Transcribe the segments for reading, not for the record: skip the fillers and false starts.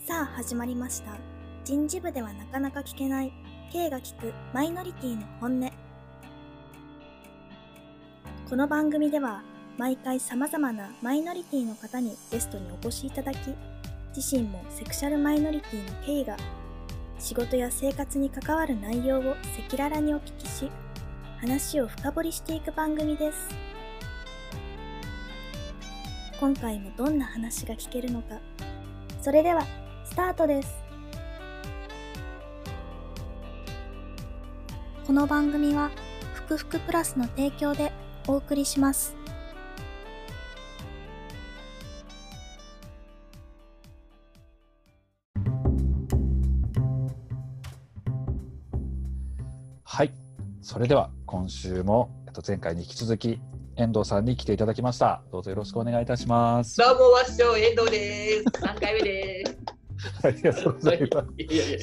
さあ始まりました。人事部ではなかなか聞けない K が聞くマイノリティの本音。この番組では毎回さまざまなマイノリティの方にゲストにお越しいただき、自身もセクシャルマイノリティの K が仕事や生活に関わる内容を赤裸々にお聞きし、話を深掘りしていく番組です。今回もどんな話が聞けるのか。それではスタートです。この番組はふくふくプラスの提供でお送りします。 はい、それでは今週も前回に引き続き遠藤さんに来ていただきました。どうぞよろしくお願いいたします。 どうも、わっしょ遠藤です。3回目です。 ありがとうございます。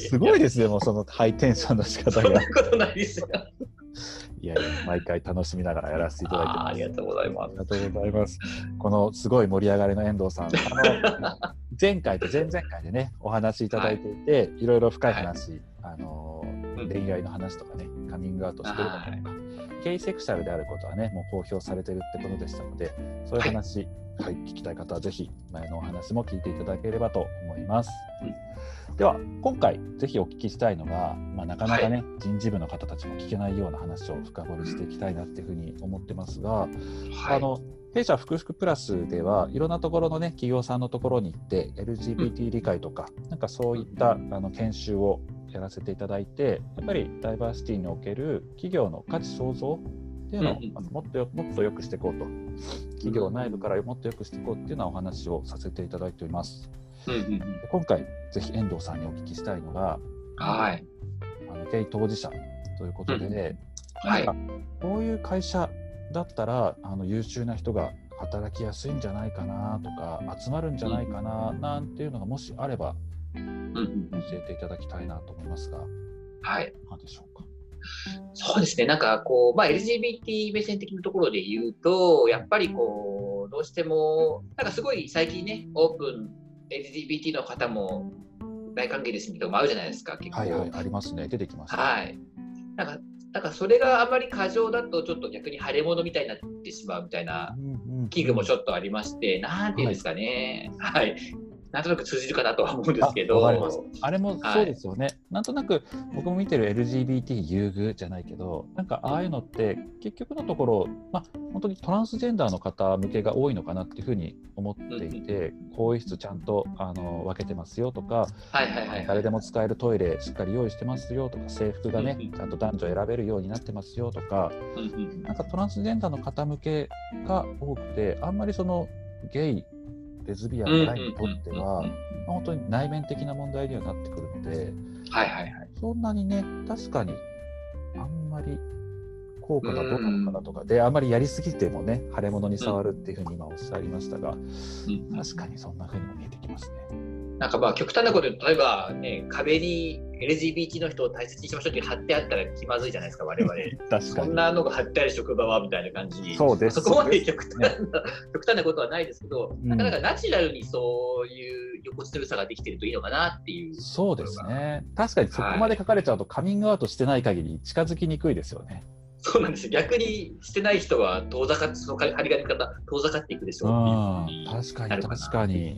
すごいですね、もうそのハイテンションの仕方が。 そんなことないですよ。 いやいや、毎回楽しみながらやらせていただいてます。 ありがとうございます。 ありがとうございます。このすごい盛り上がりの遠藤さん、前回と前々回でね、お話しいただいていて、いろいろ深い話、恋愛の話とかね、カミングアウトしてるのかとか、ゲイセクシャルであることはね、もう公表されてるってことでしたので、そういう話、聞きたい方はぜひ前のお話も聞いていただければと思います。では今回ぜひお聞きしたいのが、なかなかね、人事部の方たちも聞けないような話を深掘りしていきたいなっていうふうに思ってますが、弊社ふくふくプラスではいろんなところのね企業さんのところに行って LGBT 理解とか、なんかそういった研修をやらせていただいて、やっぱりダイバーシティにおける企業の価値創造っていうのをもっと良くしていこうと、企業内部からもっと良くしていこうっていうようなお話をさせていただいております。今回ぜひ遠藤さんにお聞きしたいのが、ゲイ当事者ということで、こういう会社だったら優秀な人が働きやすいんじゃないかなとか、集まるんじゃないかななんていうのがもしあれば教えていただきたいなと思いますが、何でしょうか。 そうですね、なんかこう、LGBT 目線的なところで言うと、やっぱりこうどうしてもなんかすごい最近ね、オープン LGBT の方も大歓迎ですみたいなのもあるじゃないですか。結構ありますね、出てきますね。 なんかそれがあまり過剰だとちょっと逆に腫れ物みたいになってしまうみたいな危惧もちょっとありまして、なんていうんですかね、なんとなく通じるかなとは思うんですけど、 あれもそうですよね、なんとなく僕も見てる LGBT 優遇じゃないけど、なんかああいうのって結局のところ、本当にトランスジェンダーの方向けが多いのかなっていうふうに思っていて、更衣室ちゃんと分けてますよとか、誰でも使えるトイレしっかり用意してますよとか、制服がねちゃんと男女選べるようになってますよとか、なんかトランスジェンダーの方向けが多くて、あんまりそのゲイレズビアンにとっては本当に内面的な問題にはなってくるので、そんなにね、確かにあんまり効果がどうなのかなとかで、あんまりやりすぎてもね腫れ物に触るっていうふうに今おっしゃいましたが、確かにそんなふうにも見えてきますね。 なんか極端なことで、例えばね、壁に LGBT の人を大切にしましょうって貼ってあったら気まずいじゃないですか、我々。 確かにそんなのが貼ってある職場はみたいな感じに。 そうです。 そこまで極端なことはないですけど、なかなかナチュラルにそういう横スルさができてるといいのかなっていう。 そうですね。確かにそこまで書かれちゃうと、カミングアウトしてない限り近づきにくいですよね。 そうなんですよ。逆にしてない人は遠ざかって、その張り紙方遠ざかっていくでしょうっていう。 確かに。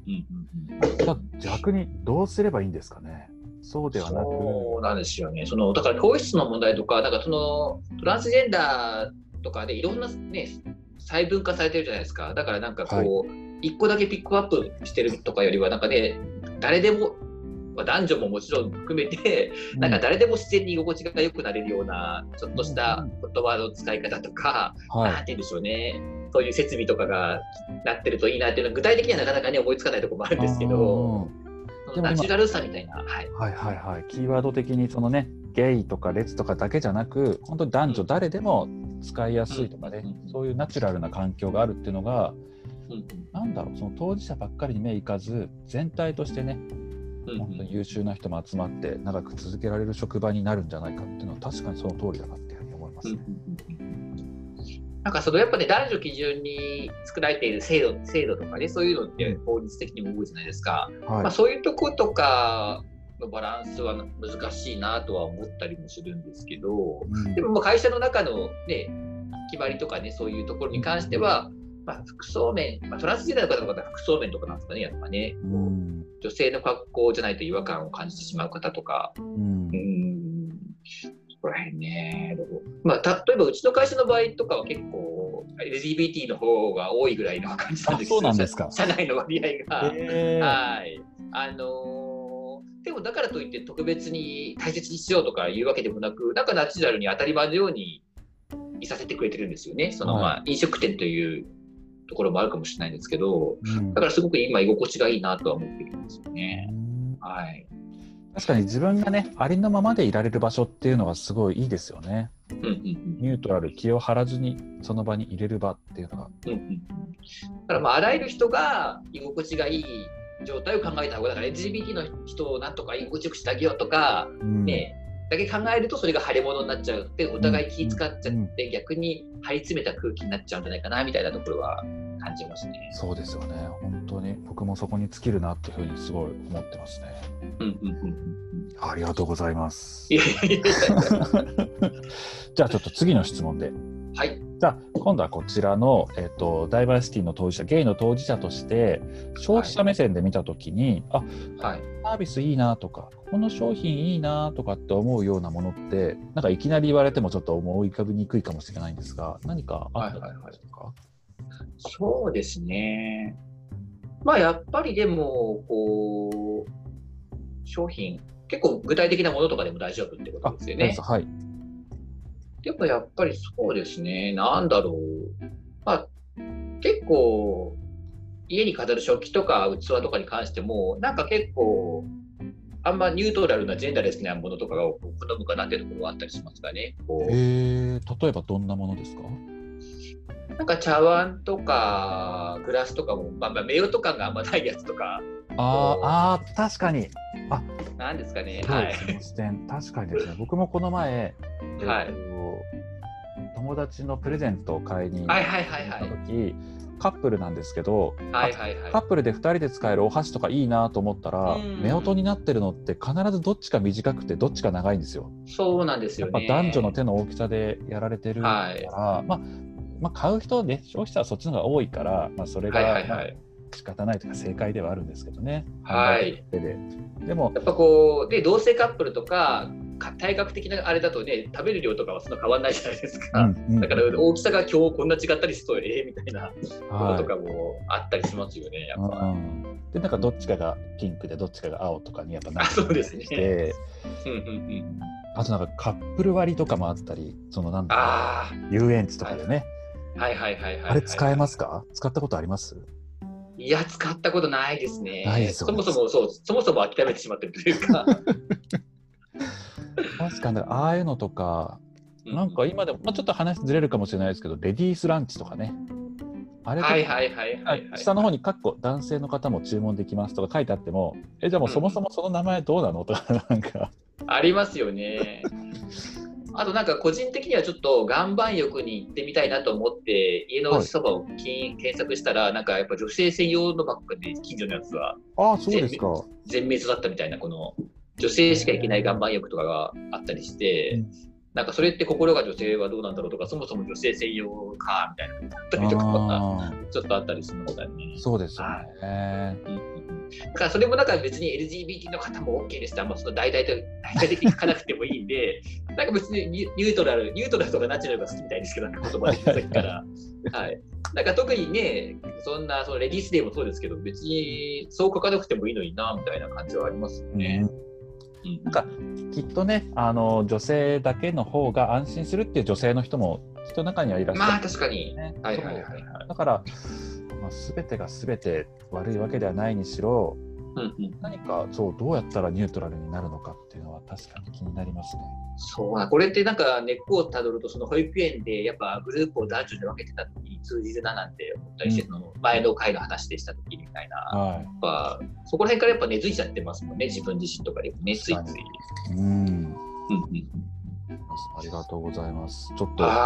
逆にどうすればいいんですかね。そうではなく。 そうなんですよね。だから更衣室の問題とか、なんかそのトランスジェンダーとかでいろんなね細分化されてるじゃないですか。だからなんかこう一個だけピックアップしてるとかよりは、なんかね、誰でも男女ももちろん含めて、なんか誰でも自然に居心地が良くなれるようなちょっとした言葉の使い方とか、なんて言うんでしょうね、そういう設備とかがなってるといいなっていうのは具体的にはなかなかね思いつかないところもあるんですけど、ナチュラルさみたいな、 キーワード的にそのね、ゲイとかレズとかだけじゃなく、本当に男女誰でも使いやすいとかね、そういうナチュラルな環境があるっていうのが、なんだろう、その当事者ばっかりに目いかず全体としてね、本当に優秀な人も集まって長く続けられる職場になるんじゃないかっていうのは確かにその通りだなっていうふうに思いますね。 なんかそのやっぱね、男女基準に作られている制度とかね、そういうのって法律的にも多いじゃないですか。まあ、そういうとことかのバランスは難しいなとは思ったりもするんですけど、でもまあ会社の中のね、決まりとかね、そういうところに関しては、まあ、服装面、まあ、トランスジェンダーの方は服装面とかなんですかね、やっぱね、女性の格好じゃないと違和感を感じてしまう方とか、そこら辺ね、まあ、例えばうちの会社の場合とかは結構 LGBT の方が多いぐらいの感じなんですけど、 そうなんですか。 社内の割合が。はい。でもだからといって特別に大切にしようとかいうわけでもなく、なんかナチュラルに当たり前のようにいさせてくれてるんですよね。そのまあ飲食店というところもあるかもしれないんですけど、だからすごく今居心地がいいなとは思ってるんですよね。はい。 確かに自分がね、ありのままでいられる場所っていうのがすごいいいですよね。ニュートラル、気を張らずにその場に入れる場っていうのが。だからまああらゆる人が居心地がいい状態を考えた方が、だから LGBT の人をなんとか居心地よくしてあげようとか、ね、だけ考えるとそれが腫れ物になっちゃうってお互い気使っちゃって逆に張り詰めた空気になっちゃうんじゃないかなみたいなところは感じますね。 そうですよね。本当に僕もそこに尽きるなっていうふうにすごい思ってますね。ありがとうございます。じゃあちょっと次の質問で。 はい。 じゃあ今度はこちらの、ダイバーシティの当事者、ゲイの当事者として消費者目線で見たときに、サービスいいなとか、この商品いいなとかって思うようなものって、なんかいきなり言われてもちょっと思い浮かびにくいかもしれないんですが、何かあったんですか？ そうですね。まあやっぱりでもこう商品結構具体的なものとかでも大丈夫ってことですよね。 はい。 でもやっぱりそうですね、なんだろう。まあ結構家に飾る食器とか器とかに関してもなんか結構あんまニュートラルなジェンダーレスなものとかを好むかなっていうところはあったりしますかね。 例えばどんなものですか？ なんか茶碗とかグラスとかも、まあ、名誉とかがあんまないやつとか。 確かに。 なんですかね。 はい。確かにですね。僕もこの前、友達のプレゼントを買いに行った時、カップルなんですけど、カップルで2人で使えるお箸とかいいなと思ったら、夫婦になってるのって必ずどっちか短くてどっちか長いんですよ。 そうなんですよね。 やっぱ男女の手の大きさでやられてるから、まあ買う人ね、消費者はそっちの方が多いから、まあ、それが仕方ないというか正解ではあるんですけどね。でもやっぱこうで同性カップルとか体格的なあれだとね、食べる量とかはそんな変わらないじゃないですか。だから大きさが今日こんな違ったりするとみたいなこととかもあったりしますよね。やっぱでなんかどっちかがピンクでどっちかが青とかにやっぱなってそうですね。 あとなんかカップル割とかもあったり、そのなんだろう、遊園地とかでね。あれ使えますか？使ったことあります？ いや、使ったことないですね。そもそも諦めてしまってるというか。 確かにああいうのとか、なんか今でも、ちょっと話ずれるかもしれないですけど、レディースランチとかね。あれとか下の方に男性の方も注文できますとか書いてあっても、じゃあもうそもそもその名前どうなのとかなんかありますよね。あとなんか個人的にはちょっと岩盤浴に行ってみたいなと思って家の内そばを検索したら、なんかやっぱ女性専用のばっかで近所のやつは全滅だったみたいな、この女性しか行けない岩盤浴とかがあったりして、なんかそれって心が女性はどうなんだろうとか、そもそも女性専用かみたいなのがあったりとかちょっとあったりしましたね。 そうですよね。 だからそれもなんか別に LGBT の方も OK ですって、あんまその大々的に書かなくてもいいんで、なんか別にニュートラルとかナチュラルが好きみたいですけど、なんか言葉で言ったから、なんか特にね、そんなレディースデーもそうですけど、別にそう書かなくてもいいのになみたいな感じはありますよね。 なんかきっとね、女性だけの方が安心するっていう女性の人もきっと中にはいらっしゃる、 まあ確かに。 だから、全てが全て悪いわけではないにしろ、何かどうやったらニュートラルになるのかっていうのは確かに気になりますね。 これってなんか根っこをたどると、その保育園でやっぱグループを男女で分けてた時に通じるななんて思ったりして、前の回の話でした時みたいな、やっぱそこら辺からやっぱ根付いちゃってますもんね、自分自身とかでもね、ついつい。 ありがとうございます。ちょっと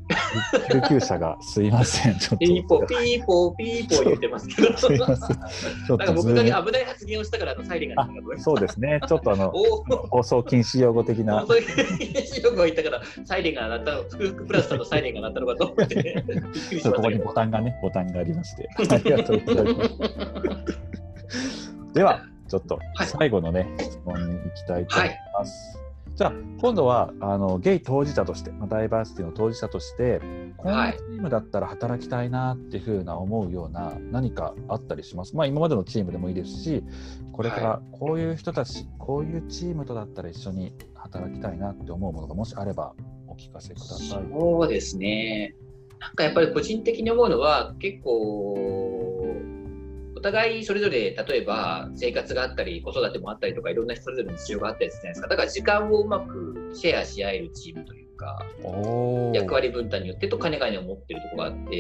救急車がすいません、ちょっと。 ピーポー、ピーポー、ピーポー言ってますけど、 すいません。ちょっなんかと僕が危ない発言をしたからサイレンが鳴ったかと思いました。 そうですね、ちょっとお放送禁止用語的な。 そういうよく言ったから、サイレンが鳴ったの、福プラスさんのサイレンが鳴ったのかと思って、びっくりしましたここにボタンがありまして。ありがとうございます。では、ちょっと最後のね、質問に行きたいと思います。じゃあ今度はゲイ当事者として、ダイバーシティの当事者としてこのチームだったら働きたいなっていうふうな思うような何かあったりします？今までのチームでもいいですし、これからこういう人たち、こういうチームとだったら一緒に働きたいなって思うものがもしあればお聞かせください。 そうですね。なんかやっぱり個人的に思うのは結構お互いそれぞれ、例えば生活があったり子育てもあったりとかいろんなそれぞれの事情があったりするじゃないですか。だから時間をうまくシェアし合えるチームというか、役割分担によってとかねがねを持ってるところがあって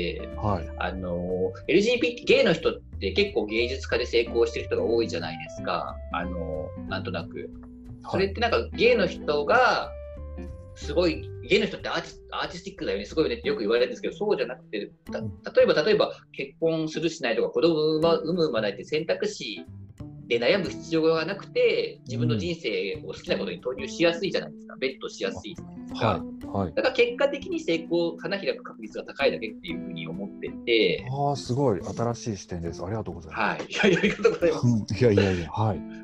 、LGBT ゲイの人って結構芸術家で成功してる人が多いじゃないですか。なんとなくそれってなんかゲイの人がすごい、ゲイの人ってアーティスティックだよね、すごいよねってよく言われるんですけど、そうじゃなくて、例えば結婚するしないとか子供を産む産まないって選択肢で悩む必要がなくて、自分の人生を好きなことに投入しやすいじゃないですか、ベットしやすいじゃないですか。だから結果的に成功、花開く確率が高いだけっていうふうに思ってて。 すごい新しい視点です。ありがとうございます。 ありがとうございます。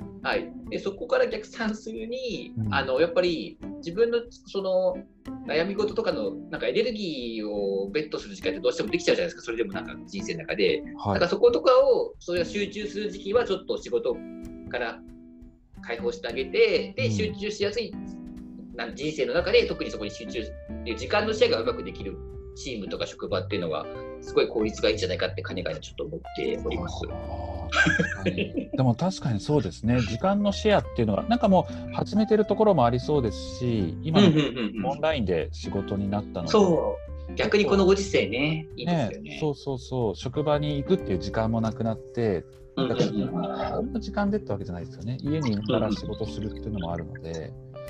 でそこから逆算するに、やっぱり自分のその悩み事とかのなんかエネルギーをベットする時間ってどうしてもできちゃうじゃないですか。それでもなんか人生の中で、だからそことかをそれを集中する時期はちょっと仕事から解放してあげて、で集中しやすい人生の中で特にそこに集中っていう時間のシェアがうまくできるチームとか職場っていうのはすごい効率がいいんじゃないかってかねがねちょっと思っております。 でも確かにそうですね。時間のシェアっていうのはなんかもう始めてるところもありそうですし、今のオンラインで仕事になったので、 そう逆にこのご時世ね、いいですよね。 そう職場に行くっていう時間もなくなって、こんな時間でってわけじゃないですよね。家にいながら仕事するっていうのもあるので、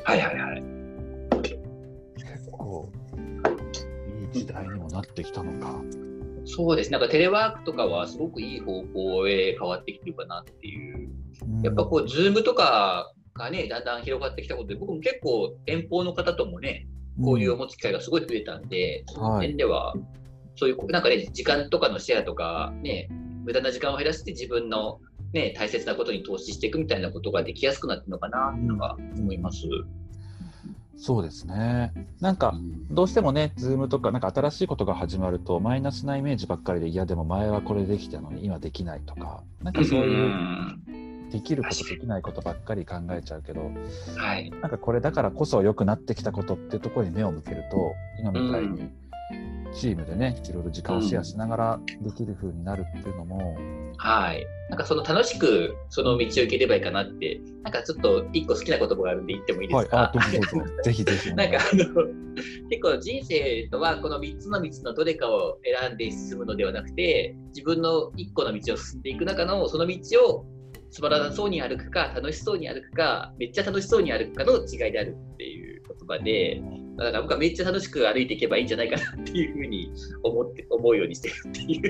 結構いい時代にもなってきたのか。 そうです。なんかテレワークとかはすごくいい方向へ変わってきてるかなっていう。やっぱこう、ズームとかがね、だんだん広がってきたことで、僕も結構遠方の方ともね、交流を持つ機会がすごい増えたんで、その点では、そういうなんかね、時間とかのシェアとか、ね、無駄な時間を減らして自分のね、大切なことに投資していくみたいなことができやすくなってるのかなっていうのが思います。 そうですね。なんかどうしてもね、ズームとかなんか新しいことが始まるとマイナスなイメージばっかりで、いやでも前はこれできたのに今できないとか、なんかそういうできることできないことばっかり考えちゃうけど、なんかこれだからこそ良くなってきたことっていうところに目を向けると、今みたいにチームでね、いろいろ時間をシェアしながらできる風になるっていうのも、 なんかその楽しくその道を行ければいいかなって、なんかちょっと一個好きな言葉があるんで言ってもいいですか？ どうぞぜひぜひ。 なんか結構人生とはこの3つの道のどれかを選んで進むのではなくて、自分の1個の道を進んでいく中のその道をつまらなそうに歩くか楽しそうに歩くかめっちゃ楽しそうに歩くかの違いであるっていう言葉で、だから僕はめっちゃ楽しく歩いていけばいいんじゃないかなっていうふうに思うようにしてるっていう。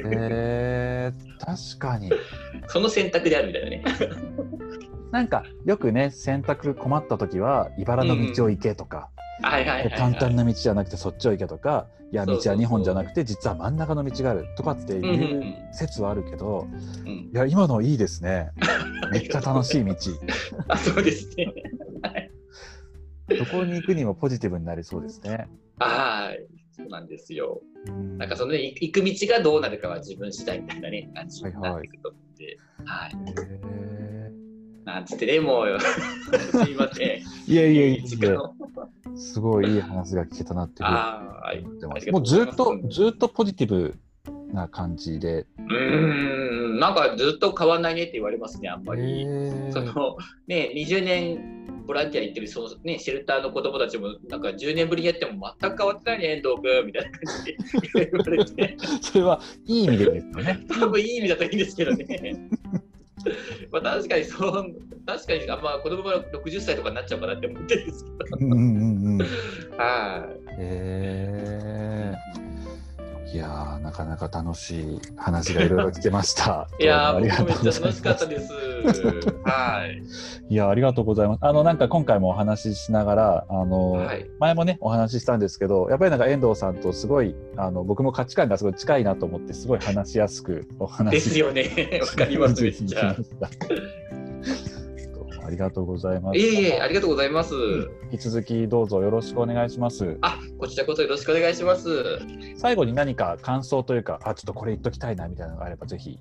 確かに。 その選択であるみたいなね。 なんかよくね、選択困った時は茨の道を行けとか、簡単な道じゃなくてそっちを行けとか、いや道は2本じゃなくて実は真ん中の道があるとかっていう説はあるけど、いや今のいいですね。めっちゃ楽しい道。 そうですね。 どこに行くにもポジティブになりそうですね。 そうなんですよ。なんかその、ね、行く道がどうなるかは自分次第みたいなね感じになっていくと思うんで、なんつってね、もうすいません。 いやすごいいい話が聞けたなっていう思ってます。もうずっとポジティブな感じで。 なんかずっと変わんないねって言われますね、あんまり。そのね、20年ボランティア行ってるその、ね、シェルターの子供たちもなんか10年ぶりにやっても全く変わってないね、遠藤君みたいな感じで言われて。 それはいい意味でですよね。 多分いい意味だといいんですけどね。確かに子供が60歳とかになっちゃうかなって思ってるんですけど。 いやー、なかなか楽しい話がいろいろ聞けました。 いやー、僕もめっちゃ楽しかったです。はい。 いや、ありがとうございます。なんか今回もお話ししながら、 はい、 前もね、お話ししたんですけど、やっぱりなんか遠藤さんとすごい、僕も価値観がすごい近いなと思って、すごい話しやすくお話しですよね。わかります、めっちゃ。 ありがとうございます。 ありがとうございます。 引き続きどうぞよろしくお願いします。 こちらこそよろしくお願いします。 最後に何か感想というか、ちょっとこれ言っときたいなみたいなのがあればぜひ。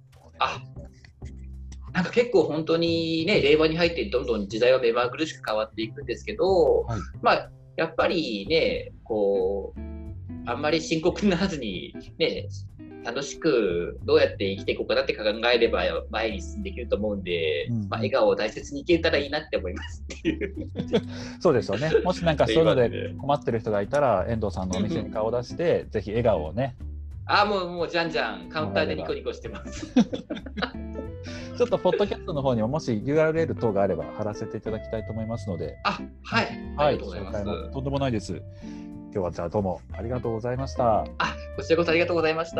なんか結構本当にね、令和に入ってどんどん時代は目まぐるしく変わっていくんですけど、はい、まあやっぱりね、こうあんまり深刻にならずにね、楽しくどうやって生きていこうかなって考えれば前に進んでいけると思うんで、笑顔を大切にいけたらいいなって思いますっていうそうですよね。もしなんかそういうので困ってる人がいたら、遠藤さんのお店に顔を出して、ぜひ笑顔をね。 もうじゃんじゃんカウンターでニコニコしてますちょっとポッドキャストの方にももし URL 等があれば貼らせていただきたいと思いますので。 はい、ありがとうございます。 とんでもないです。今日はじゃあどうもありがとうございました。 こちらこそありがとうございました。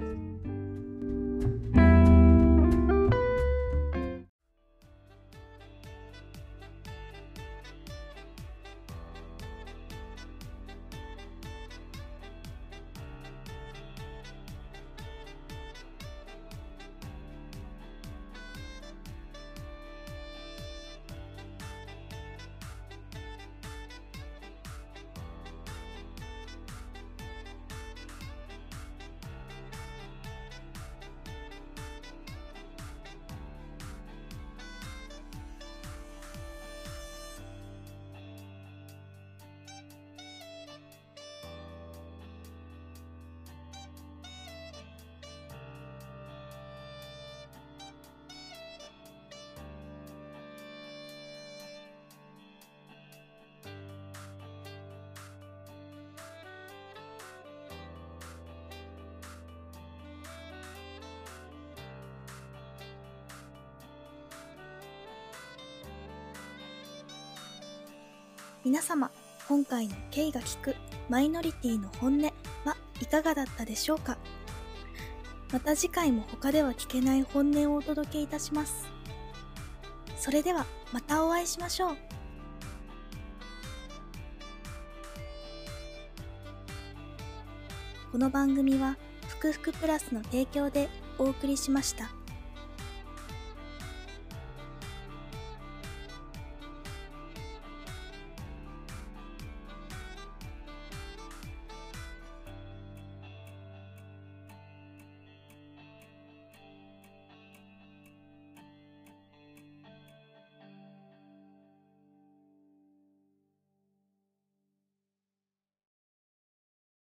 皆様、今回のKが聞くマイノリティの本音はいかがだったでしょうか。また次回も他では聞けない本音をお届けいたします。それではまたお会いしましょう。この番組はふくふくプラスの提供でお送りしました。